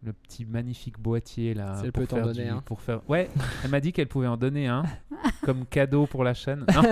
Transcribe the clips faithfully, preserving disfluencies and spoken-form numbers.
le petit magnifique boîtier là. Elle pour peut t'en faire donner du- un. Pour faire... Ouais, elle m'a dit qu'elle pouvait en donner un comme cadeau pour la chaîne. Non.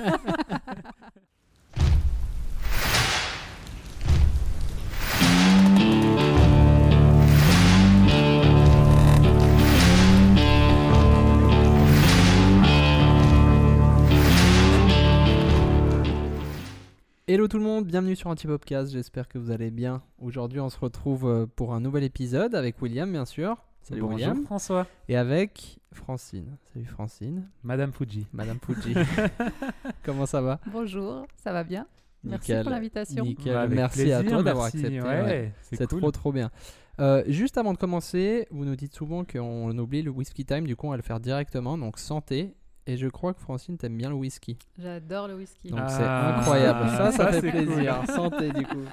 Hello tout le monde, bienvenue sur Antipopcast, j'espère que vous allez bien. Aujourd'hui on se retrouve euh, pour un nouvel épisode avec William bien sûr. Salut Bonjour William. François. Et avec Francine. Salut Francine. Madame Fuji. Madame Fuji. Comment ça va? Bonjour, ça va bien? Merci Nickel. pour l'invitation. Nickel, Bah, avec merci plaisir, à toi d'avoir merci. accepté. Ouais, ouais. c'est, C'est cool. trop trop bien. Euh, juste avant de commencer, vous nous dites souvent qu'on oublie le whisky time, du coup on va le faire directement, donc santé. Et je crois que Francine t'aime bien le whisky. J'adore le whisky. Donc Ah, c'est incroyable, ça, ça, ça, fait c'est plaisir. cool. Santé du coup.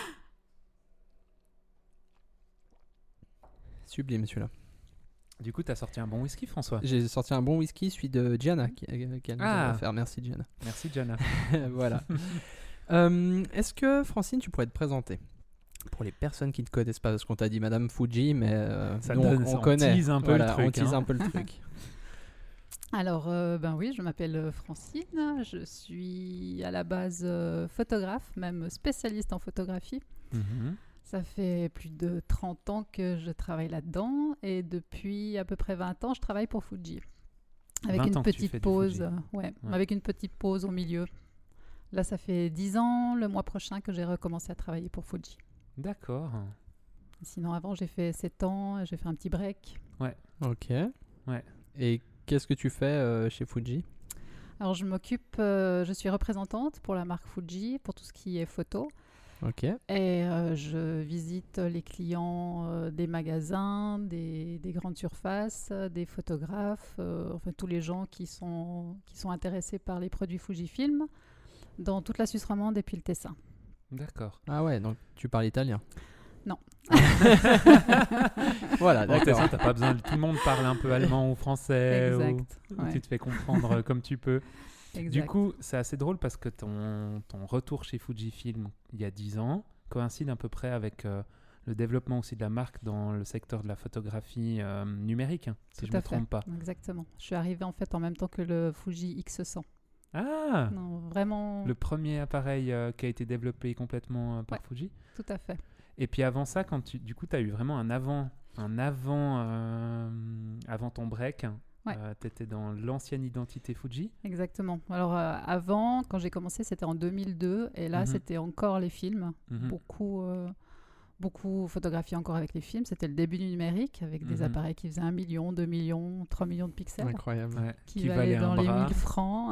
Sublime celui-là. Du coup, t'as sorti un bon whisky, François. J'ai sorti un bon whisky, celui de Gianna, qui, euh, qu'elle nous a Ah. offert. Merci Gianna. Merci, Jana. Voilà. Euh, est-ce que Francine, tu pourrais te présenter pour les personnes qui ne te connaissent pas, parce qu'on t'a dit Madame Fuji, mais euh, Ça nous, donne- on, on on connaît. tease un peu Voilà, le truc, on tease hein. un peu le truc. Alors, euh, ben oui, je m'appelle euh, Francine. Je suis à la base euh, photographe, même spécialiste en photographie. Mhm. Ça fait plus de trente ans que je travaille là-dedans et depuis à peu près vingt ans, je travaille pour Fuji. Avec vingt une ans que tu fais petite du pause, Fuji. euh, ouais, Ouais. avec une petite pause au milieu. Là, ça fait dix ans, le mois prochain, que j'ai recommencé à travailler pour Fuji. D'accord. Sinon, avant, j'ai fait sept ans, j'ai fait un petit break. Ok. Ouais. Et qu'est-ce que tu fais euh, chez Fuji? Alors, je m'occupe, euh, je suis représentante pour la marque Fuji, pour tout ce qui est photo. Ok. Et euh, je visite les clients euh, des magasins, des, des grandes surfaces, euh, des photographes, euh, enfin tous les gens qui sont, qui sont intéressés par les produits Fujifilm dans toute la Suisse romande et puis le Tessin. D'accord. Ah ouais, donc tu parles italien? Non. Voilà, Bon, t'as d'accord. ça, t'as pas besoin. Tout le monde parle un peu allemand ou français. Exact. Ou, ou Ouais. tu te fais comprendre euh, comme tu peux. Exact. Du coup, c'est assez drôle parce que ton, ton retour chez Fujifilm il y a dix ans coïncide à peu près avec euh, le développement aussi de la marque dans le secteur de la photographie euh, numérique, si Tout je ne à me trompe fait. pas. Exactement. Je suis arrivée en fait en même temps que le Fuji X cent. Ah, Non, vraiment, le premier appareil euh, qui a été développé complètement euh, par Ouais. Fuji. tout à fait. Et puis avant ça, quand tu, du coup, tu as eu vraiment un avant, un avant, euh, avant ton break. Ouais. tu étais dans l'ancienne identité Fuji. Exactement. Alors euh, avant, quand j'ai commencé, c'était en deux mille deux et là, Mhm. c'était encore les films. Mhm. Beaucoup, euh, beaucoup photographiés encore avec les films. C'était le début du numérique avec des Mhm. appareils qui faisaient un million, deux millions, trois millions de pixels, Incroyable. Ouais, qui, qui valaient valait dans un les bras. mille francs.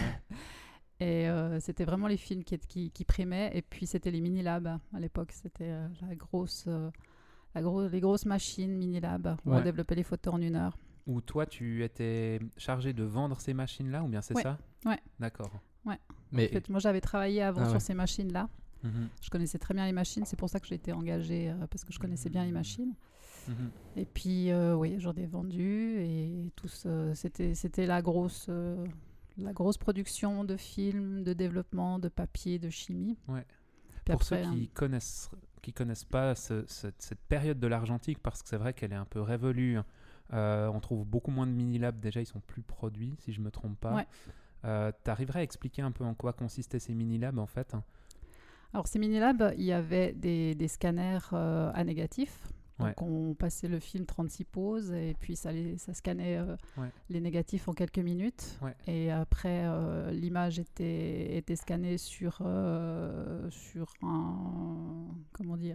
Et euh, c'était vraiment les films qui, qui, qui primaient. Et puis c'était les mini-labs à l'époque. C'était euh, la grosse, euh, la gros, les grosses machines mini-labs où Ouais. on développait les photos en une heure. Où toi, tu étais chargé de vendre ces machines-là, ou bien c'est Ouais. ça? Ouais. D'accord. Mais En fait, moi, j'avais travaillé avant Ah sur ouais. ces machines-là. Mhm. Je connaissais très bien les machines. C'est pour ça que j'ai été engagée euh, parce que je connaissais bien les machines. Mhm. Et puis, euh, oui, j'en ai vendu et tout ça, c'était, c'était la grosse, euh, la grosse production de films, de développement, de papier, de chimie. Ouais. Puis Pour après, ceux qui connaissent, qui connaissent pas ce- ce- cette période de l'argentique, parce que c'est vrai qu'elle est un peu révolue. euh, on trouve beaucoup moins de mini-labs. Déjà, ils sont plus produits, si je me trompe pas. Ouais. Euh, t'arriverais à expliquer un peu en quoi consistaient ces mini-labs, en fait? Alors, ces mini-labs, il y avait des, des scanners euh, à négatif. Ouais. Donc, on passait le film trente-six poses et puis ça, les, ça scannait euh, Ouais. les négatifs en quelques minutes. Ouais. Et après, euh, l'image était, était scannée sur, euh, sur un... Comment dire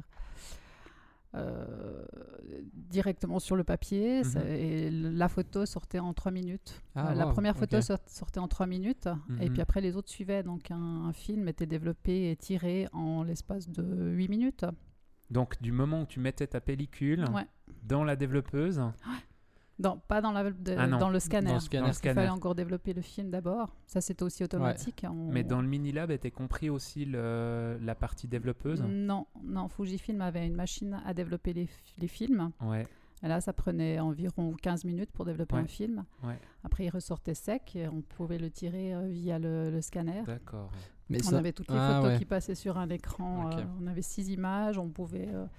euh, directement sur le papier. Mhm. Ça- et la photo sortait en trois minutes. Ah, Euh, la wow, première photo ok. sort- sortait en trois minutes et Mhm. puis après les autres suivaient. Donc un, un film était développé et tiré en l'espace de huit minutes. Donc, du moment où tu mettais ta pellicule Ouais. dans la développeuse, Dans, pas dans, la, de- Ah non, dans le scanner. dans le scanner. Dans le Parce qu'il fallait scanner. encore développer le film d'abord. Ça, c'était aussi automatique. On- mais dans le mini-lab était compris aussi le, la partie développeuse. Non, non, Fujifilm avait une machine à développer les, f- les films. Ouais. Et là, ça prenait environ quinze minutes pour développer Ouais. un film. Ouais. Après, il ressortait sec et on pouvait le tirer euh, via le, le scanner. D'accord. Mais On ça- avait toutes les Ah, photos ouais. qui passaient sur un écran. Ok. euh, on avait six images. On pouvait, euh,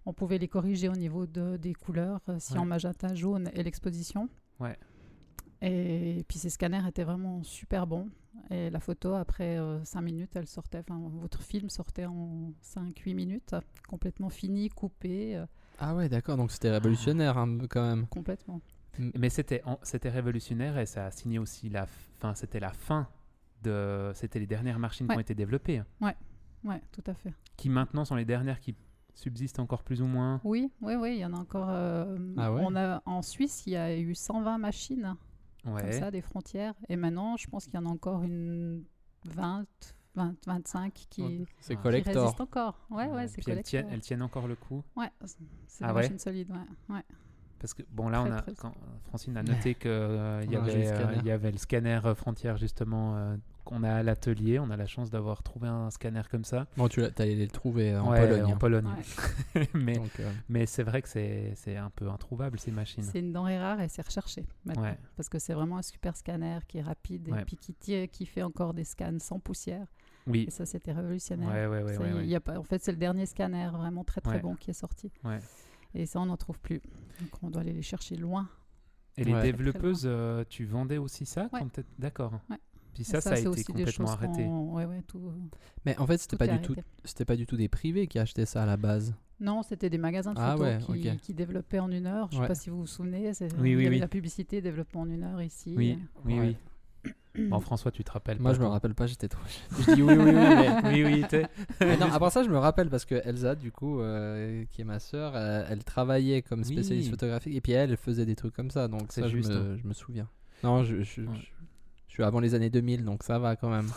on pouvait les corriger au niveau de, des couleurs, euh, cyan, Ouais. magenta, jaune et l'exposition. Ouais. Et puis ces scanners étaient vraiment super bons. Et la photo, après cinq minutes, elle sortait, enfin, votre film sortait en cinq huit minutes, complètement fini, coupé, euh, Ah ouais, d'accord, donc c'était révolutionnaire hein, quand même. complètement. Mais c'était, en- c'était révolutionnaire et ça a signé aussi la fin. C'était la fin de. C'était les dernières machines qui Ouais. ont été développées, hein, Ouais, tout à fait. qui maintenant sont les dernières qui subsistent encore plus ou moins. Oui, oui, oui, il y en a encore. euh, Ah ouais on a, en Suisse, il y a eu cent vingt machines comme Ouais. ça, des frontières. Et maintenant, je pense qu'il y en a encore une vingt, vingt, vingt-cinq qui, C'est Ah. qui collector. résistent encore. Ouais, ouais, c'est Puis elles collector. tiennent, elles tiennent encore le coup. Ouais, c'est Ah des ouais machines solides. Ouais, ouais. Parce que, bon, là, on Très, a, très- quand Francine a noté qu'il euh, y, On a un joli avait, euh, scanner. il y avait le scanner euh, frontière, justement, euh, qu'on a à l'atelier. On a la chance d'avoir trouvé un scanner comme ça. Bon, tu l'as, t'as allé le trouver euh, en Ouais, Pologne. En hein. Pologne. Ouais. mais, Donc, euh, mais c'est vrai que c'est, c'est un peu introuvable, ces machines. C'est une denrée rare et c'est recherché maintenant. Ouais. Parce que c'est vraiment un super scanner qui est rapide et Ouais. puis qui, tire- qui fait encore des scans sans poussière. Oui. Et ça, c'était révolutionnaire. Ouais, ouais, ouais, Ça, ouais, il ouais. y a pas, en fait, c'est le dernier scanner vraiment très très Ouais. bon qui est sorti. Ouais. Et ça, on n'en trouve plus. Donc, on doit aller les chercher loin. Et les Ouais. développeuses, euh, tu vendais aussi ça Ouais. quand t'es- D'accord. Ouais. Puis Et ça, ça, a c'est été aussi des complètement choses arrêté. qu'on- Ouais, ouais, tout, Mais en fait, c'était tout pas est du tout, arrêté. c'était pas du tout des privés qui achetaient ça à la base. Non, c'était des magasins de Ah photos ouais, qui, ok. qui développaient en une heure. Je ne sais Ouais. pas si vous vous souvenez. c'est- Oui, il oui, y avait oui. la publicité développement en une heure ici. Oui, oui, Ouais. oui. Bon, François, tu te rappelles Moi, pas, je me toi rappelle pas, j'étais trop jeune. Je dis oui, oui, oui, mais... Oui, oui, t'es- Mais non, après ça, je me rappelle parce que Elsa, du coup, euh, qui est ma sœur, euh, elle travaillait comme spécialiste Oui. photographique et puis elle, elle faisait des trucs comme ça, donc C'est ça, juste, je, me, je me souviens. Non, je, je, Ouais. je, je suis avant les années deux mille, donc ça va quand même.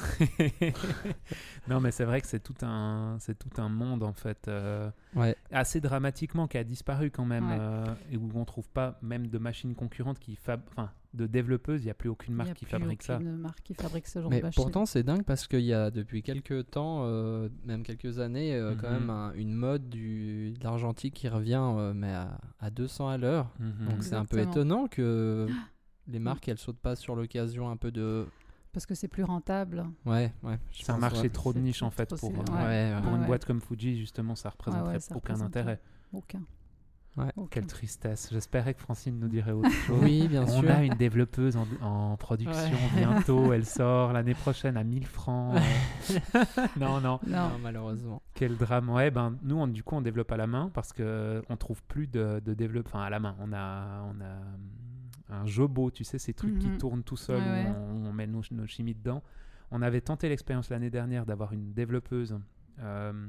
non, mais c'est vrai que c'est tout un, c'est tout un monde en fait, euh, Ouais. assez dramatiquement qui a disparu quand même, Ouais. euh, et où on trouve pas même de machines concurrentes qui fab, enfin, de développeuses, il y a plus aucune Il y a marque qui plus fabrique ça. aucune marque qui fabrique ce genre Mais de machine. pourtant, c'est dingue parce qu'il y a depuis quelques temps, euh, même quelques années, euh, quand Mhm. même un- une mode du, de l'argentique qui revient, euh, mais à, à deux cents à l'heure. Mhm. Donc c'est un peu Exactement. étonnant que les marques, elles sautent pas sur l'occasion un peu de... Parce que c'est plus rentable. Ouais, ouais. je C'est un pense, marché ouais. trop de C'est niche trop- en fait trop- pour, c'est- euh, Ouais, ouais. pour Ah une ouais. boîte comme Fuji justement, ça représenterait ouais, ça aucun représente intérêt. Aucun. Ouais. Aucun. Quelle tristesse. J'espérais que Francine nous dirait autre chose. Oui, bien On sûr. a une développeuse en, en production bientôt, elle sort l'année prochaine à mille francs. euh. non, non, Non. Non, malheureusement. quel drame. Ouais, ben, nous, on, du coup, on développe à la main parce qu'on ne trouve plus de, de développement. Enfin, à la main, on a, on a hum, un Jobo, tu sais, ces trucs qui Mhm. tournent tout seuls, Ouais, où ouais. on, on met nos, nos chimies dedans. On avait tenté l'expérience l'année dernière d'avoir une développeuse euh,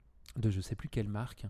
de je sais plus quelle marque.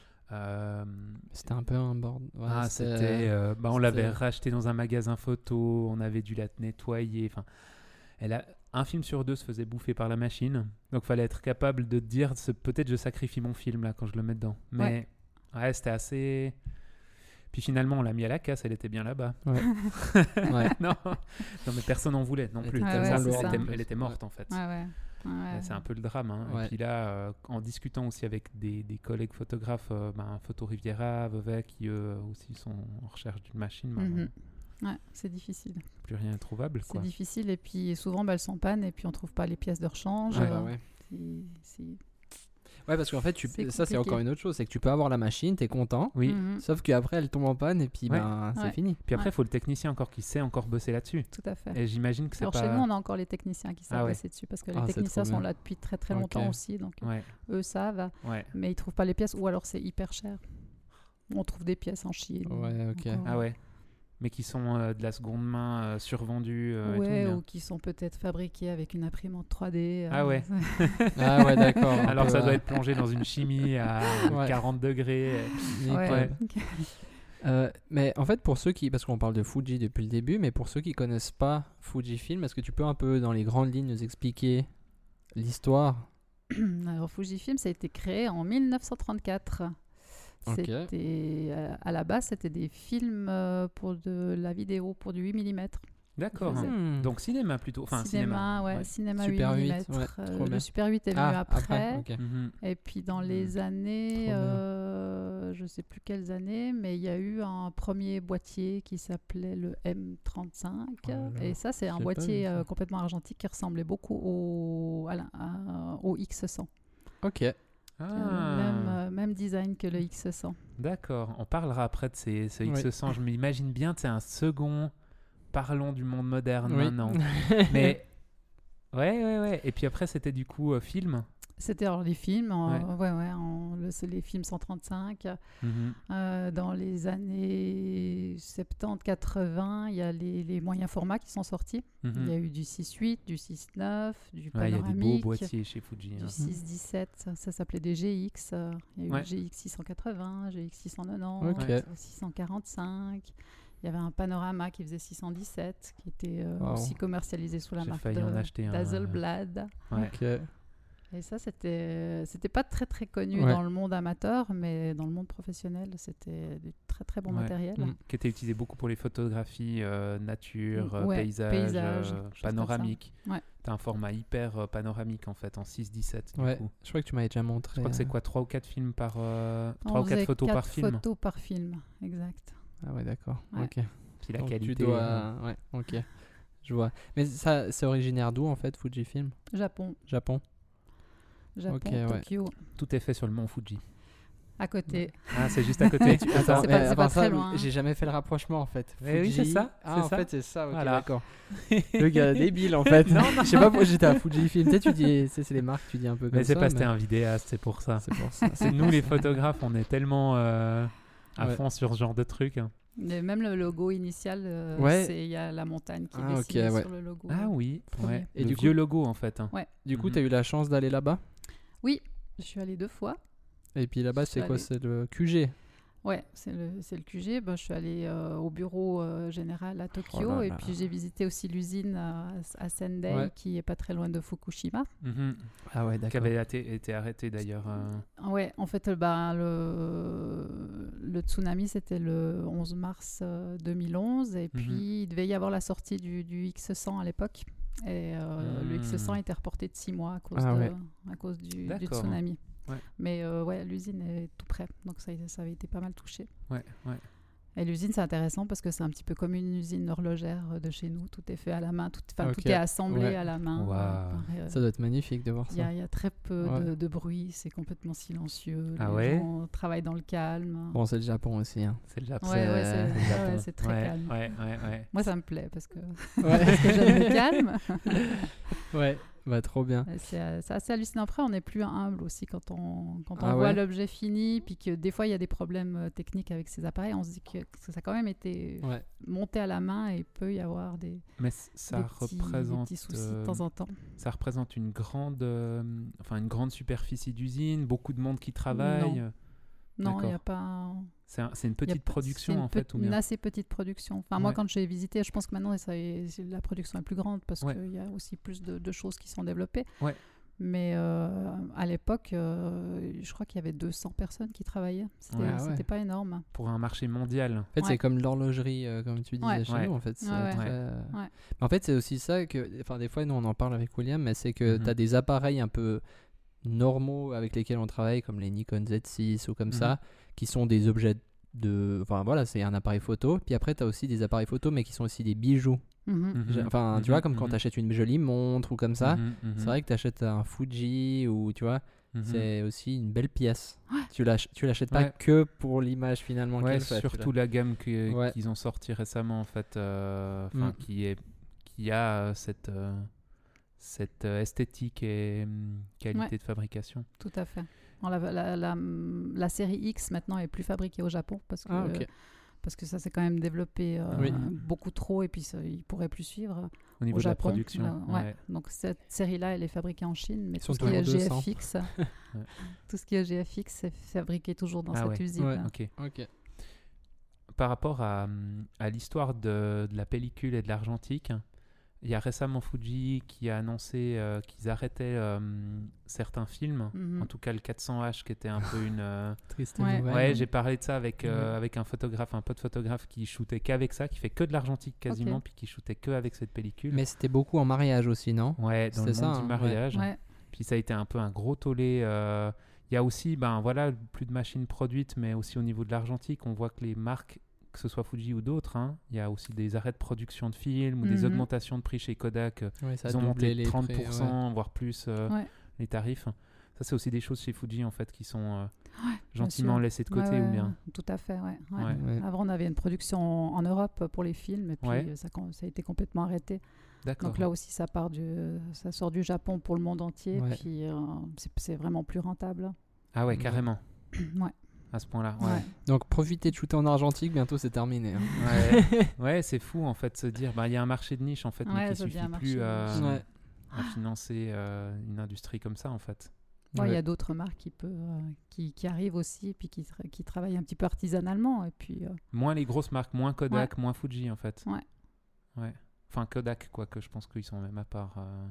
Euh, C'était un peu un bord. Ouais, ah, c'était. euh, bah, on c'était- l'avait racheté dans un magasin photo, on avait dû la nettoyer. Enfin, elle a un film sur deux se faisait bouffer par la machine, donc fallait être capable de dire ce- peut-être je sacrifie mon film là quand je le mets dedans. Mais ouais, c'était assez. Puis finalement, on l'a mis à la casse, elle était bien là-bas. Ouais. Ouais. non, non, mais personne n'en voulait non Elle plus. était Ouais, Comme ouais, ça, c'est elle, ça. était, elle était morte en fait. Ouais, ouais. Ouais, Ouais, c'est un peu le drame. Hein. Ouais. Et puis là, euh, en discutant aussi avec des, des collègues photographes, euh, ben, Photo Riviera, Vevey, qui eux aussi sont en recherche d'une machine, ben, Mhm. Ouais, c'est difficile. plus rien n'est trouvable. C'est Quoi. difficile et puis souvent bah, elles sont en panne et puis on trouve pas les pièces de rechange. Ouais, euh, bah ouais. c'est- c'est- Ouais, parce qu'en fait, tu... C'est ça, c'est compliqué. encore une autre chose. C'est que tu peux avoir la machine, t'es content. Oui. Mhm. Sauf qu'après, elle tombe en panne et puis Ouais. ben, c'est Ouais. fini. Puis après, il Ouais. faut le technicien encore qui sait encore bosser là-dessus. Tout à fait. Et j'imagine que c'est Alors pas. chez nous, on a encore les techniciens qui savent Ah ouais. passer dessus parce que Ah, les c'est techniciens trop sont bien. là depuis très très Ok. longtemps aussi, donc Ouais, eux savent, ouais. mais ils trouvent pas les pièces ou alors c'est hyper cher. On trouve des pièces en Chine. Ouais, ok. encore. Ah ouais. Mais qui sont euh, de la seconde main, euh, survendues. euh, et Ouais, tout, bien. ou qui sont peut-être fabriqués avec une imprimante trois D. Ah euh, ouais. Ah ouais, d'accord. un Alors que peu, ça doit euh, être plongé dans une chimie à Ouais. quarante degrés. nickel. Ouais. Euh, mais en fait, pour ceux qui, parce qu'on parle de Fuji depuis le début, mais pour ceux qui connaissent pas Fujifilm, est-ce que tu peux un peu dans les grandes lignes nous expliquer l'histoire? Alors Fujifilm, ça a été créé en mille neuf cent trente-quatre. Ok. C'était euh, à la base, c'était des films euh, pour de la vidéo pour du huit millimètres. D'accord. faisait. Hmm. Donc cinéma plutôt. Enfin, cinéma, ouais, ouais. cinéma Super huit huit, millimètres. ouais, Euh, trop bien. le Super huit est venu Ah, après. ok. Mhm. Et puis dans les années, Trop bien. euh, je sais plus quelles années, mais il y a eu un premier boîtier qui s'appelait le M trente-cinq. Oh là là, et ça, c'est un j'ai pas boîtier vu ça. euh, complètement argentique qui ressemblait beaucoup au, à la- à- au X cent. Ok. Ah, Euh, Même, euh, même design que le X cent. d'accord. On parlera après de ces, ce Oui. X cent. Je m'imagine bien, c'est un second. Parlons du monde moderne Oui. maintenant. Mais ouais, ouais, ouais. Et puis après, c'était du coup euh, film. C'était alors les films, en- Ouais. ouais, ouais, en- le- c'est les films cent trente-cinq. Mhm. Euh, dans les années soixante-dix quatre-vingts, il y a les, les moyens formats qui sont sortis. Mhm. Il y a eu du six huit, du six neuf, du Ouais, il y a panoramique, des beaux boîtiers chez Fuji. du hein. six dix-sept, ça, ça s'appelait des G X. euh, Il y a eu Ouais. le G X six cent quatre-vingts, G X six cent quatre-vingt-dix, Ok. six cent quarante-cinq. Il y avait un panorama qui faisait six cent dix-sept, qui était euh, Wow. aussi commercialisé sous la J'ai marque failli en de acheter un, d'Hazelblad. Ouais. Ok. Et ça, c'était c'était pas très très connu Ouais. dans le monde amateur, mais dans le monde professionnel, c'était du très très bon Ouais. matériel. Mm. Qui était utilisé beaucoup pour les photographies euh, nature, euh, Ouais, paysage, paysage, euh, choses comme ça. panoramique. Ouais. T'as un format hyper euh, panoramique en fait, en six dix-sept du Ouais. coup. Je crois que tu m'avais déjà montré. Je crois que c'est euh, quoi, trois ou quatre films par... euh, On trois ou quatre faisait photos par quatre film. photos par film, exact. Ah ouais, d'accord. Ouais. Ok. Puis la Donc qualité. Tu dois... Ouais, ok. Je vois. Mais ça, c'est originaire d'où en fait, Fujifilm? Japon, Japon? Japon, Ok, ouais. Tokyo, Tout est fait sur le mont Fuji. à côté. Ah, c'est juste à côté. Tu- Attends, Attends, c'est mais pas- c'est à pas part très ça, loin. J'ai jamais fait le rapprochement en fait. Eh oui, c'est Fuji- ça, Ah, c'est en ça. fait, c'est ça. Ok, Voilà. d'accord. Le gars débile en fait. Non, non. Je sais pas pourquoi j'étais à Fujifilm. Peut-être tu dis, c'est c'est les marques, tu dis un peu comme Mais c'est ça. parce que t'es un vidéaste, c'est pour ça. C'est pour ça. C'est nous les photographes, on est tellement euh, à Ouais. fond sur ce genre de trucs. hein. Et même le logo initial, euh, Ouais. c'est il y a la montagne qui est Ah, ok, dessinée ouais. sur le logo. Ah oui, Premier. ouais. Et le du coup- vieux logo en fait. hein. Du coup, Mhm. tu as eu la chance d'aller là-bas. Oui, je suis allée deux fois. Et puis là-bas, Je suis c'est quoi? allée- C'est le Q G. Ouais, c'est le, c'est le Q G. Ben, je suis allée euh, au bureau euh, général à Tokyo Oh là et là. puis j'ai visité aussi l'usine à, à Sendai Ouais. qui est pas très loin de Fukushima. Mhm. Ah ouais, Qui d'accord. avait été, été arrêté d'ailleurs. euh. Ouais, en fait, euh, ben, le, le tsunami, c'était le onze mars euh, deux mille onze et puis Mhm. il devait y avoir la sortie du, du X cent à l'époque. Et euh, le X cent Hmm. était reporté de six mois à cause, Ah de- ouais. à cause du, du D'accord. tsunami. Ouais. Mais euh, ouais, l'usine est tout près, donc ça, ça avait été pas mal touché. Ouais, ouais. Et l'usine, c'est intéressant parce que c'est un petit peu comme une usine horlogère euh, de chez nous. Tout est fait à la main, tout, enfin, Ok. tout est assemblé Ouais. à la main. Waouh. euh, par, euh, Ça doit être magnifique de voir Il y, a- ça. il y a très peu Ouais. de, de bruit, c'est complètement silencieux. Ah les ouais gens travaillent dans le calme. Bon, c'est le Japon aussi. Hein. C'est le Japon. Ouais, ouais, c'est, c'est- ouais, le Japon. ouais, c'est très ouais, calme. Ouais, ouais, ouais. Moi, ça me plaît parce que, Ouais. parce que j'aime le calme. Ouais, bah trop bien. Et C'est, euh, c'est assez hallucinant. Après, on est plus humble aussi quand on, quand on Ah voit ouais l'objet fini, puis que des fois, il y a des problèmes euh, techniques avec ces appareils. On se dit que, que ça a quand même été Ouais. monté à la main et il peut y avoir des, Mais c- ça des, petits, des représente, petits soucis euh, de temps en temps. ça représente une grande, euh, enfin une grande superficie d'usine, beaucoup de monde qui travaille. Non, il n'y a d'accord. pas. C'est un- c'est une il y a petite pas- production c'est une en fait, pe- ou Une bien. assez petite production. Enfin, moi, Ouais. quand j'ai visité, je pense que maintenant, ça est- c'est- la production est plus grande parce Ouais. qu'il y a aussi plus de, de choses qui sont développées. Ouais. Mais euh, à l'époque, euh, je crois qu'il y avait deux cents personnes qui travaillaient. C'était, Ouais. Ah ouais. c'était pas énorme. Pour un marché mondial. En fait, Ouais. c'est comme l'horlogerie, euh, comme tu disais Ouais. chez Ouais. nous, en fait. C'est Ouais, ouais. très, Ouais. euh, Ouais. Mais en fait, c'est aussi ça que... Enfin, des fois, nous, on en parle avec William, mais c'est que Mhm. tu as des appareils un peu normaux avec lesquels on travaille, comme les Nikon Z six ou comme Mhm. ça, qui sont des objets de... Enfin, voilà, c'est un appareil photo. Puis après, tu as aussi des appareils photo, mais qui sont aussi des bijoux. Mhm. Mhm. J'ai- Enfin, tu Mhm. vois, comme quand Mhm. tu achètes une jolie montre ou comme ça. Mhm, mhm. C'est vrai que tu achètes un Fuji ou, tu vois, Mhm. c'est aussi une belle pièce. Tu l'ach- tu l'achètes pas Ouais. que pour l'image finalement Ouais, qu'elle fait. tu surtout la gamme que- Ouais. qu'ils ont sorti récemment en fait, euh, 'fin, Mm. qui est qui a euh, cette euh, cette euh, esthétique et hum, qualité Ouais. de fabrication. Tout à fait. Bon, La, la, la, la série X maintenant est plus fabriquée au Japon parce que, Ah, ok. parce que ça s'est quand même développé euh, Oui. beaucoup trop et puis ça, ils ne pourraient plus suivre Au niveau au de la Japon. production. Là, ouais. ouais. Donc cette série-là, elle est fabriquée en Chine, mais Ils tout sont ce qui est toujours deux cents. G F X, tout ce qui est G F X, c'est fabriqué toujours dans Ah cette ouais. usine. Ouais. Ok. Ok. Par rapport à, hum, à l'histoire de, de la pellicule et de l'argentique, il y a récemment Fuji qui a annoncé euh, qu'ils arrêtaient euh, certains films, Mhm. en tout cas le quatre cents H qui était un peu une... euh, Triste Ouais. nouvelle. Ouais, j'ai parlé de ça avec, euh, Ouais. avec un photographe, un pote photographe qui shootait qu'avec ça, qui fait que de l'argentique quasiment, Ok. puis qui shootait que avec cette pellicule. Mais c'était beaucoup en mariage aussi, non? Ouais, dans le monde C'était ça, du hein, mariage. Ouais. Puis ça a été un peu un gros tollé. euh, Il y a aussi, ben voilà, plus de machines produites, mais aussi au niveau de l'argentique, on voit que les marques, que ce soit Fuji ou d'autres, hein, il y a aussi des arrêts de production de films ou des Mhm. augmentations de prix chez Kodak. euh, Ouais, ça a Ils ont doublé monté les trente prix, pour cent, voire plus, euh, Ouais. les tarifs. Ça, c'est aussi des choses chez Fuji, en fait, qui sont euh, bien gentiment sûr. laissées de côté, Ouais, ou ouais, bien tout à fait, ouais. ouais. Ouais. Ouais. Avant, on avait une production en, en Europe pour les films, et puis Ouais. ça, com- ça a été complètement arrêté. D'accord. Donc là aussi, ça part du, ça sort du Japon pour le monde entier, Ouais. puis euh, c'est, c'est vraiment plus rentable. Ah ouais, Ouais. carrément. Ouais. À ce point-là. Ouais. Ouais. Donc profitez de shooter en argentique, bientôt c'est terminé. hein. Ouais, ouais, c'est fou en fait de se dire, bah il y a un marché de niche en fait, Ouais, mais qui ça devient suffit un marché plus de à, niche. Ouais. à financer euh, une industrie comme ça en fait. Ouais, il y Ouais. a d'autres marques qui, peut, euh, qui, qui arrivent aussi, puis qui, tra- qui travaillent un petit peu artisanalement. Et puis, euh, Moins les grosses marques, moins Kodak, moins Fuji en fait. Ouais. Ouais. Enfin Kodak quoi, que je pense qu'ils sont même à part. euh,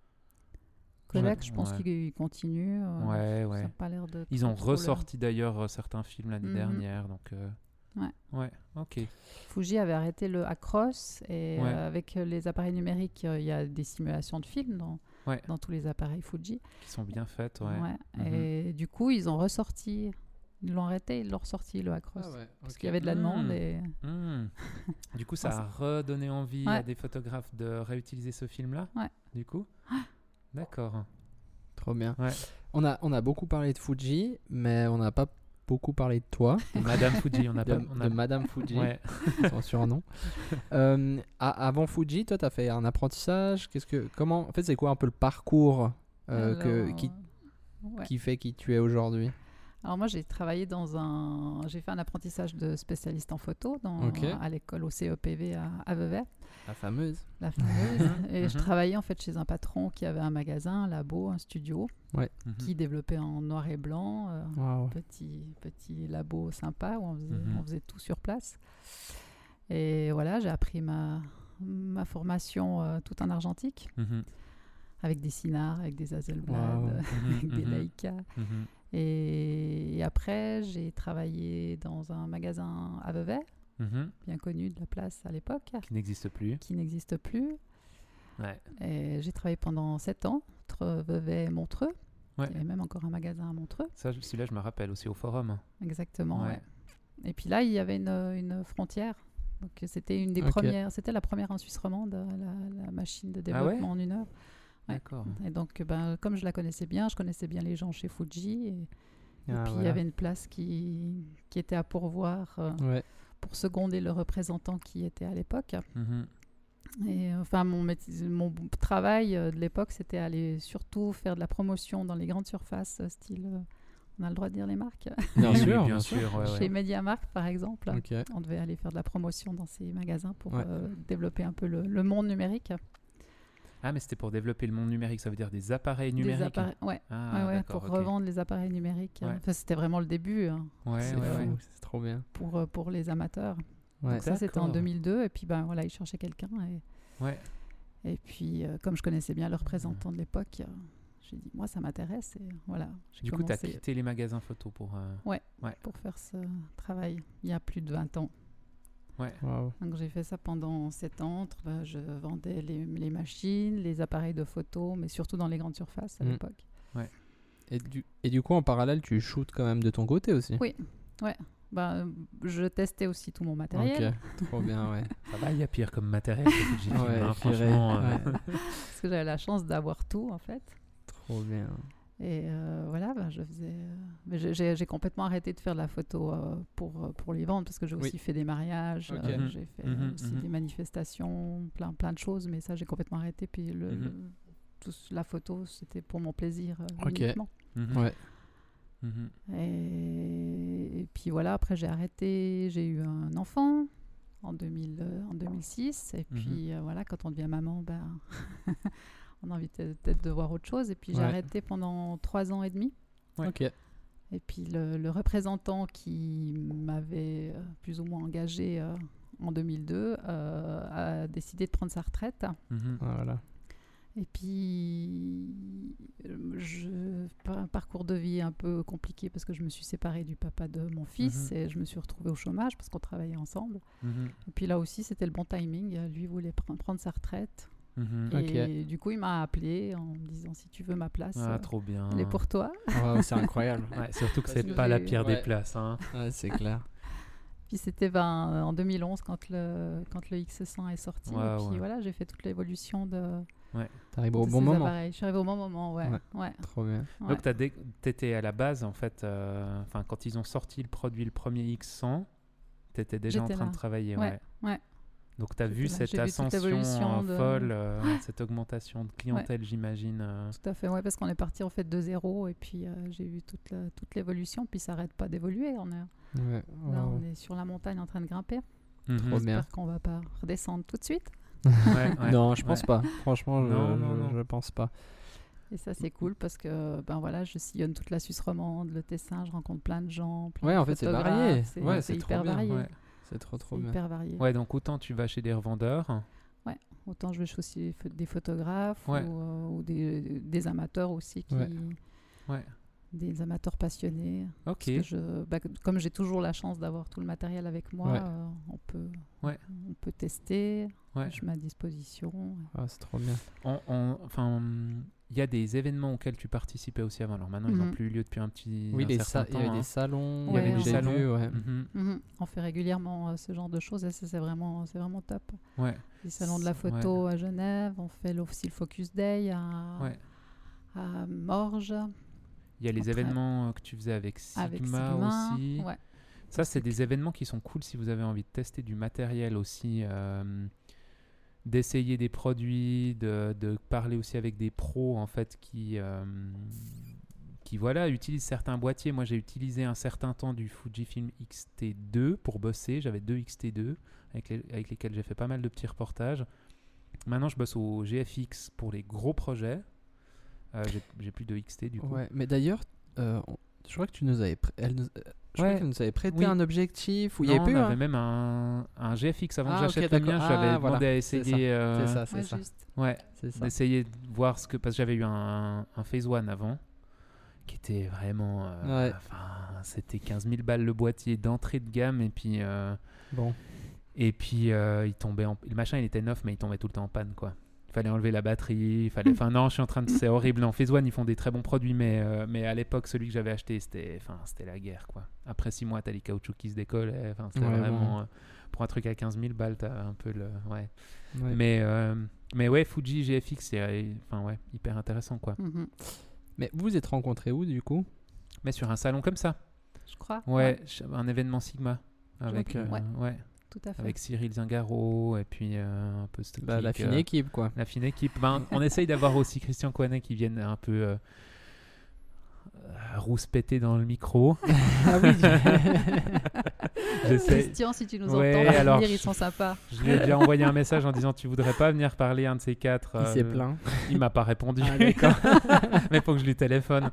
Kodak, Ouais. je pense Ouais. qu'ils continuent. euh, Ouais, Ça ouais. n'a pas l'air de. Ils trop- ont trop leur- ressorti d'ailleurs euh, certains films l'année Mhm. dernière, donc. euh, Ouais. Ouais. Ok. Fuji avait arrêté le Acros, et Ouais. euh, avec euh, les appareils numériques, euh, il y a des simulations de films dans, Ouais. dans tous les appareils Fuji. Qui sont bien faites, ouais. Ouais. Mhm. Et du coup, ils ont ressorti. Ils l'ont arrêté, ils l'ont ressorti, le Acros. Ah ouais, Parce ok. qu'il y avait de la demande. Mm. Et... Hmm. Du coup, ça Ah, a redonné envie Ouais. à des photographes de réutiliser ce film-là. Ouais. Du coup. D'accord. Trop bien. Ouais. On a, on a beaucoup parlé de Fuji, mais on n'a pas beaucoup parlé de toi, Et Madame Fuji, on a de, pas. On a... de Madame Fuji, Ouais. son surnom. Euh, a- avant Fuji, toi, tu as fait un apprentissage. Qu'est-ce que, comment, en fait, c'est quoi un peu le parcours euh, que, Alors, qui, ouais. qui fait qui tu es aujourd'hui? Alors moi, j'ai travaillé dans un... J'ai fait un apprentissage de spécialiste en photo dans... Ok. à l'école au C E P V à, à Vevey, La fameuse. la fameuse. Et je Mhm. travaillais en fait chez un patron qui avait un magasin, un labo, un studio, Mhm. qui développait en noir et blanc. euh, Waouh. petit, petit labo sympa où on faisait, Mhm. on faisait tout sur place. Et voilà, j'ai appris ma, ma formation euh, tout en argentique, Mhm. avec des Sinars, avec des Hasselblad, Wow. avec des Mhm. Leica. Mhm. Et, et après, j'ai travaillé dans un magasin à Vevey, Mhm. bien connu de la place à l'époque, Qui n'existe plus. qui n'existe plus. Ouais. Et j'ai travaillé pendant sept ans entre Vevey et Montreux. Ouais. Il y avait même encore un magasin à Montreux. Ça, je- celui-là, je me rappelle aussi au forum. Exactement. Ouais. Ouais. Et puis là, il y avait une, une frontière. Donc c'était une des Ok. premières. C'était la première en Suisse romande, la, la machine de Ah ouais développement en une heure. Ouais. D'accord. Et donc, ben, comme je la connaissais bien, je connaissais bien les gens chez Fuji. Et, et Ah, puis il y voilà. avait une place qui, qui était à pourvoir euh, Ouais. pour seconder le représentant qui était à l'époque. Mhm. Et enfin, mon, métier- mon b- travail euh, de l'époque, c'était aller surtout faire de la promotion dans les grandes surfaces, euh, style. euh, on a le droit de dire les marques. Bien Oui, oui, sûr, bien bien sûr. sûr. ouais, ouais. Chez MediaMarkt, par exemple, Ok. on devait aller faire de la promotion dans ces magasins pour Ouais. euh, développer un peu le, le monde numérique. Ah, mais c'était pour développer le monde numérique, ça veut dire des appareils Des numériques. appareils- ouais, Ah, ouais, ouais, d'accord, pour ok. revendre les appareils numériques. Ouais. Enfin, c'était vraiment le début hein, Ouais, C'est ouais, fou, ouais. c'est trop bien. pour, euh, pour les amateurs. Ouais. Donc ça, c'était en D'accord. deux mille deux. Et puis, ben, voilà, ils cherchaient quelqu'un. Et, Ouais. et puis, euh, comme je connaissais bien le représentant de l'époque, euh, j'ai dit, moi, ça m'intéresse. Et voilà, j'ai Du coup, tu as commencé quitté les magasins photo pour. euh, pour faire ce travail il y a plus de vingt ans. Ouais. Waouh. Donc j'ai fait ça pendant sept ans. Entre, ben, je vendais les, les machines, les appareils de photo, mais surtout dans les grandes surfaces à Mm. l'époque. Et du, et du coup, en parallèle, tu shootes quand même de ton côté aussi. Oui. Ben, je testais aussi tout mon matériel Ok, trop bien, ouais. Ça va, il y a pire comme matériel que Fujifilm, Ouais, hein, purée, franchement. euh, ouais. parce que j'avais la chance d'avoir tout en fait. Trop bien. Et euh, voilà, ben, je faisais. euh, mais j'ai- j'ai j'ai complètement arrêté de faire de la photo euh, pour, euh, pour les vendre parce que j'ai Oui. aussi fait des mariages, Ok. euh, Mhm. j'ai fait Mhm, aussi mhm. des manifestations, plein, plein de choses, mais ça j'ai complètement arrêté. Puis le, Mhm. le- tout ce- la photo, c'était pour mon plaisir euh, Ok. uniquement. mhm, Ouais. mhm. Et, et puis voilà, après j'ai arrêté, j'ai eu un enfant en, deux mille, euh, en deux mille six. Et Mhm. puis euh, voilà, quand on devient maman, ben, on a envie de- peut-être de voir autre chose. Et puis j'ai Ouais. arrêté pendant trois ans et demi. Ouais. Ok. Et puis le, le représentant qui m'avait euh, plus ou moins engagé euh, en deux mille deux euh, a décidé de prendre sa retraite. Mhm. Voilà. Et puis, euh, je, par un parcours de vie un peu compliqué parce que je me suis séparée du papa de mon fils Mhm. et je me suis retrouvée au chômage parce qu'on travaillait ensemble. Mhm. Et puis là aussi, c'était le bon timing. Lui voulait pr- prendre sa retraite. Mhm. Et du coup, il m'a appelé en me disant si tu veux ma place, Ah, euh, trop bien. elle est pour toi. Wow, c'est incroyable. Ouais, surtout que Parce c'est que pas la j'ai- pire Ouais. des places. Hein. Ouais, c'est clair. Puis c'était ben, en deux mille onze quand le, quand le X cent est sorti. Ouais, et puis ouais. voilà, j'ai fait toute l'évolution de, T'arrives au tous bon ces moment. appareils. Je suis arrivée au bon moment, ouais. Ouais. ouais. Trop bien. ouais. Donc, t'as dé- t'étais à la base, en fait, euh, enfin, quand ils ont sorti le produit, le premier X cent, t'étais déjà J'étais en train là. de travailler. Ouais, ouais. Donc, tu as vu J'étais là. cette J'ai vu toute ascension l'évolution euh, de- folle, euh, cette augmentation de clientèle, j'imagine. euh. Tout à fait, ouais, parce qu'on est parti en fait de zéro et puis euh, j'ai vu toute, la- toute l'évolution, puis ça n'arrête pas d'évoluer. On est, Ouais. là, wow. on est sur la montagne en train de grimper. Mhm. Trop bien. J'espère qu'on va pas redescendre tout de suite. Ouais, ouais, non, je pense ouais. pas. Franchement, je, Non, non, je, non. je pense pas. Et ça, c'est cool parce que ben voilà, je sillonne toute la Suisse romande, le Tessin, je rencontre plein de gens. Plein Ouais, de en fait, c'est photographes, varié. C'est, Ouais, c'est c'est trop hyper bien, varié. Ouais. C'est trop trop C'est bien. hyper varié. Ouais, donc autant tu vas chez des revendeurs. Autant je vais chez aussi des pho- des photographes Ouais. ou, euh, ou des, des amateurs aussi, qui, Ouais. Ouais. des amateurs passionnés. Ok. Parce que je, bah, comme j'ai toujours la chance d'avoir tout le matériel avec moi, Ouais. euh, on, peut, Ouais. on peut tester, Ouais. je mets à disposition. Ah, c'est trop bien. On- on- Enfin, il y a des événements auxquels tu participais aussi avant. Alors maintenant, ils n'ont Mhm. plus eu lieu depuis un petit Oui, un les certain sa- il y avait temps, des hein. salons. Il y avait j'ai des vu, salons. ouais. Mhm. Mhm. On fait régulièrement euh, ce genre de choses et ça, c'est vraiment, c'est vraiment top. Ouais. Les salons de la photo à Genève, on fait aussi le Focus Day à, Ouais. à Morges. Il y a les Après- événements euh, que tu faisais avec Sigma, Avec Sigma. aussi. Ouais. Ça, c'est C'est des événements qui sont cool si vous avez envie de tester du matériel aussi, euh, d'essayer des produits, de, de parler aussi avec des pros en fait qui, euh, qui voilà, utilisent certains boîtiers. Moi, j'ai utilisé un certain temps du Fujifilm X T deux pour bosser. J'avais deux X T deux avec, les- avec lesquels j'ai fait pas mal de petits reportages. Maintenant, je bosse au G F X pour les gros projets. Euh, j'ai, j'ai plus de X T du coup. Ouais, mais d'ailleurs, euh, on- je crois que tu nous avais, prê- elle nous- euh, je crois Ouais. qu'elle nous avait prêté Oui. un objectif où il y Non, avait pas on eu avait un- même un, un G F X avant Ah, que ok, j'achète le mien. d'accord. Je l'avais Ah, voilà. demandé à C'est essayer. euh, C'est ça, c'est Ouais, ça. juste. Ouais, C'est ça. d'essayer de voir ce que. Parce que j'avais eu un, un Phase One avant, qui était vraiment. euh, Ouais. Enfin, c'était quinze mille balles le boîtier d'entrée de gamme. Et puis, euh, Bon. et puis euh, il tombait en. Le machin, il était neuf, mais il tombait tout le temps en panne, quoi. Il fallait enlever la batterie. Il fallait. Enfin, non, je suis en train de. C'est horrible. Non, Phase One, ils font des très bons produits, mais, euh, mais à l'époque, celui que j'avais acheté, c'était. Enfin, c'était la guerre, quoi. Après six mois, t'as les caoutchoucs qui se décollent. et, Enfin, c'était Ouais, vraiment. bon. euh, pour un truc à quinze mille balles, t'as un peu le. Ouais. Ouais. Mais, euh, mais ouais, Fuji G F X, c'est euh, enfin, ouais, hyper intéressant, quoi. Mhm. Mais vous vous êtes rencontrés où du coup? Mais sur un salon comme ça, Je crois. ouais, ch- un événement Sigma, avec, Ok, euh, ouais. ouais, Tout à fait. avec Cyril Zingaro, et puis euh, un peu cette Bah, la clique, fine euh, équipe quoi. la fine équipe. Ben, on essaye d'avoir aussi Christian Coinet qui vienne un peu euh, euh, rouspéter dans le micro. Ah oui. J'essaie. Christian, si tu nous Ouais, entends, va alors, venir, je- ils sont sympas. Je lui ai déjà envoyé un message en disant tu voudrais pas venir parler un de ces quatre. Il s'est euh, plaint. Il m'a pas répondu. Ah, d'accord. Mais faut que je lui téléphone.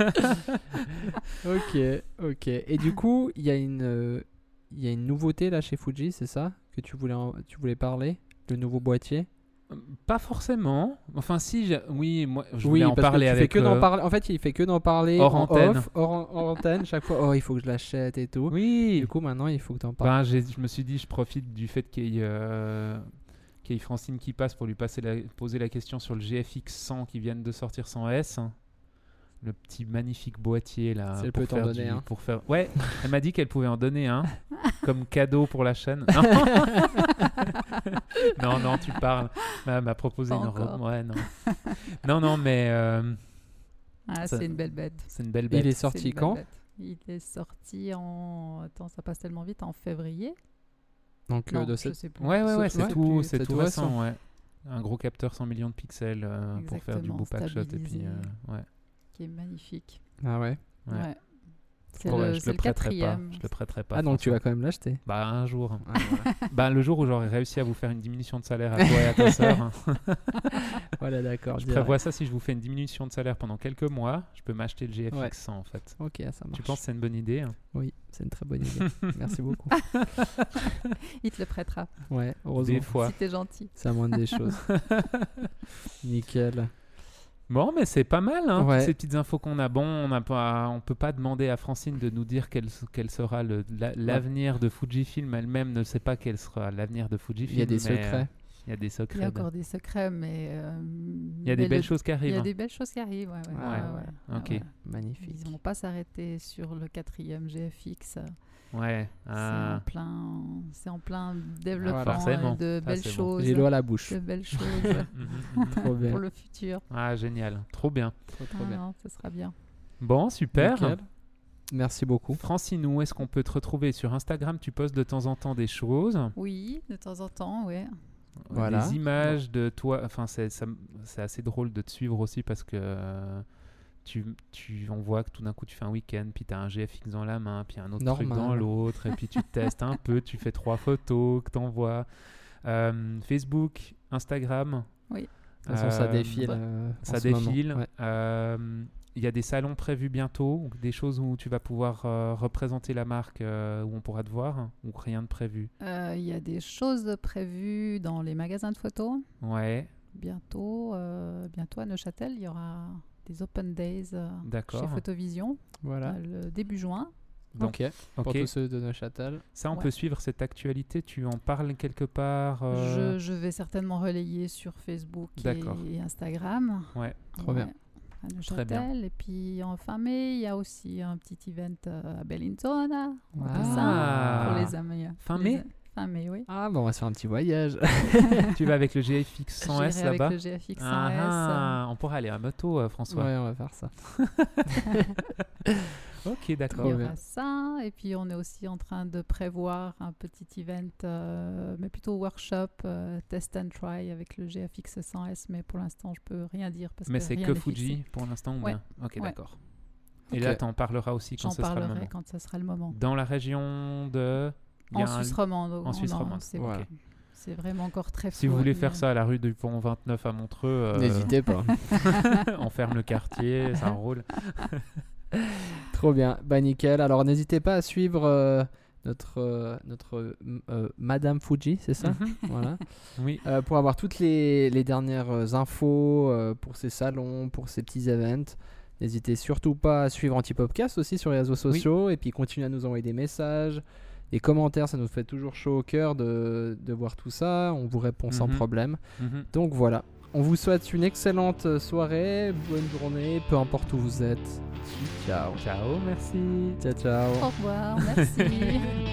Ok, ok. Et du coup, il y a une, euh, il y a une nouveauté là chez Fuji, c'est ça que tu voulais, en- tu voulais parler, le nouveau boîtier. Pas forcément. Enfin, si, j'ai- oui, moi, je oui, voulais en parce parler que tu avec. fais que d'en euh, parler. En fait, il fait que d'en parler hors en antenne. off, hors, en- hors antenne, chaque fois. Oh, il faut que je l'achète et tout. Oui. Du coup, maintenant, il faut que t'en parles. Ben, j'ai- je me suis dit, je profite du fait qu'il y ait, euh, qu'il y ait Francine qui passe pour lui passer la- poser la question sur le G F X cent qui vient de sortir sans S. Le petit magnifique boîtier là. Si elle pour peut t'en faire donner du- un. Pour faire... Ouais, elle m'a dit qu'elle pouvait en donner un comme cadeau pour la chaîne. Non, non, non, tu parles. Elle m'a proposé Pas une encore. robe. Ouais, non. non, non, mais euh, Ah, Ça- c'est une belle bête. c'est une belle Il bête. est C'est sorti une belle quand? bête. Il est sorti en. Attends, ça passe tellement vite, en février. Donc, euh, Non, de je cette... sais plus. Ouais, ouais, ouais, Ça, c'est ouais, tout, puis c'est c'est tout tout récent, récent. ouais. Un gros capteur cent millions de pixels euh, pour faire du Exactement, beau packshot et puis stabilisé. euh, ouais. Qui est magnifique. Ah ouais. Ouais. Ouais. C'est Ouais, le, je c'est le le prêterai pas. quatrième. Je le prêterai pas. Ah donc tu François. vas quand même l'acheter. Bah un jour. Ah, voilà. Bah le jour où j'aurai réussi à vous faire une diminution de salaire à toi et à ta sœur. hein. Voilà, d'accord. Je direct. prévois ça si je vous fais une diminution de salaire pendant quelques mois, je peux m'acheter le G F X Ouais. cent en fait. Ok, ça marche. Tu penses que c'est une bonne idée hein? Oui, c'est une très bonne idée. Merci beaucoup. Il te le prêtera, Ouais, heureusement. Des fois. si t'es gentil. C'est la moindre des choses. Nickel. Bon, mais c'est pas mal, hein, Ouais. toutes ces petites infos qu'on a. Bon, on n'a pas, on peut pas demander à Francine de nous dire quel, quel sera le, la- l'avenir de Fujifilm. Elle-même ne sait pas quel sera l'avenir de Fujifilm. Il y a des mais, secrets. euh, Il y a des Il secrets. y a encore des secrets, mais. euh, Il y a des mais belles le- choses qui Il arrivent. y a hein. des belles choses qui arrivent, ouais. ouais, Ouais, ouais, ouais. ouais, Ok. ouais. Magnifique. Ils vont pas s'arrêter sur le quatrième G F X. Ouais. C'est Ah. en plein, c'est en plein développement Forcément, euh, de belles c'est bon. choses. J'ai l'eau à la bouche. De belles choses Mhm, mhm. Trop bien. pour le futur. Ah, génial. Trop bien. Trop, trop Ah, bien. non, ce sera bien. Bon, super. Nickel. Merci beaucoup. Francine, où est-ce qu'on peut te retrouver sur Instagram? Tu postes de temps en temps des choses, Oui, de temps en temps, oui. Voilà. des images de toi. Enfin, c'est, ça m- c'est assez drôle de te suivre aussi parce que euh, tu, tu, on voit que tout d'un coup tu fais un week-end, puis tu as un G F X dans la main, puis un autre truc Normal. dans l'autre, et puis tu testes un peu, tu fais trois photos que tu envoies. Facebook, Instagram. Oui. De toute façon, ça Euh, défile. bah, euh, en Ça ce moment. défile. Ouais. Euh, Il y a des salons prévus bientôt, des choses où tu vas pouvoir euh, représenter la marque, euh, où on pourra te voir, ou rien de prévu. Euh, Il y a des choses prévues dans les magasins de photos. Ouais, Bientôt, euh, bientôt à Neuchâtel, il y aura des Open Days euh, d'accord. chez Photovision Voilà. euh, le début juin. Donc, ok. Pour ok. tous ceux de Neuchâtel. Ça, on Ouais. peut suivre cette actualité. Tu en parles quelque part euh, Je, je vais certainement relayer sur Facebook D'accord. et, et Instagram. Ouais. Trop bien. À Très bien. Neuchâtel. Et puis en fin mai, il y a aussi un petit event euh, à Bellinzona. On fait Ah. ça pour les amis. Fin les- mai Fin mai, oui. Ah, bon, on va se faire un petit voyage. Tu vas avec le G F X cent S J'irai avec là-bas le G F X cent S. Ah, ah, on pourra aller à moto, euh, François. Ouais, on va faire ça. Ok, Il d'accord. y Trop bien. aura ça, et puis on est aussi en train de prévoir un petit event, euh, mais plutôt workshop, euh, test and try avec le G F X cent S, mais pour l'instant je peux rien dire parce Mais que c'est rien que n'est Fuji fixé. pour l'instant ou Ouais. bien Ok, Ouais. d'accord. Et Ok. là, tu en parleras aussi quand J'en ce sera le parlerai moment. quand ce sera le moment. Dans la région de... il y En a un- Suisse romande. en Suisse non, romande, C'est voilà. c'est vraiment encore très Si flou vous à voulez dire. faire ça à la rue du Pont vingt-neuf à Montreux, euh, N'hésitez pas. on ferme le quartier, ça roule. Trop bien. Bah, nickel. Alors, n'hésitez pas à suivre euh, notre, euh, notre euh, Madame Fuji, c'est ça? Mhm. Voilà. Oui, Euh, pour avoir toutes les, les dernières euh, infos euh, pour ces salons, pour ces petits events. N'hésitez surtout pas à suivre Antipopcast aussi sur les réseaux sociaux et puis continuez à nous envoyer des messages, des commentaires, ça nous fait toujours chaud au cœur de, de voir tout ça, on vous répond sans Mhm. problème. Mhm. Donc voilà, on vous souhaite une excellente soirée, bonne journée, peu importe où vous êtes. Ciao. Ciao, merci. Ciao, ciao. Au revoir, merci.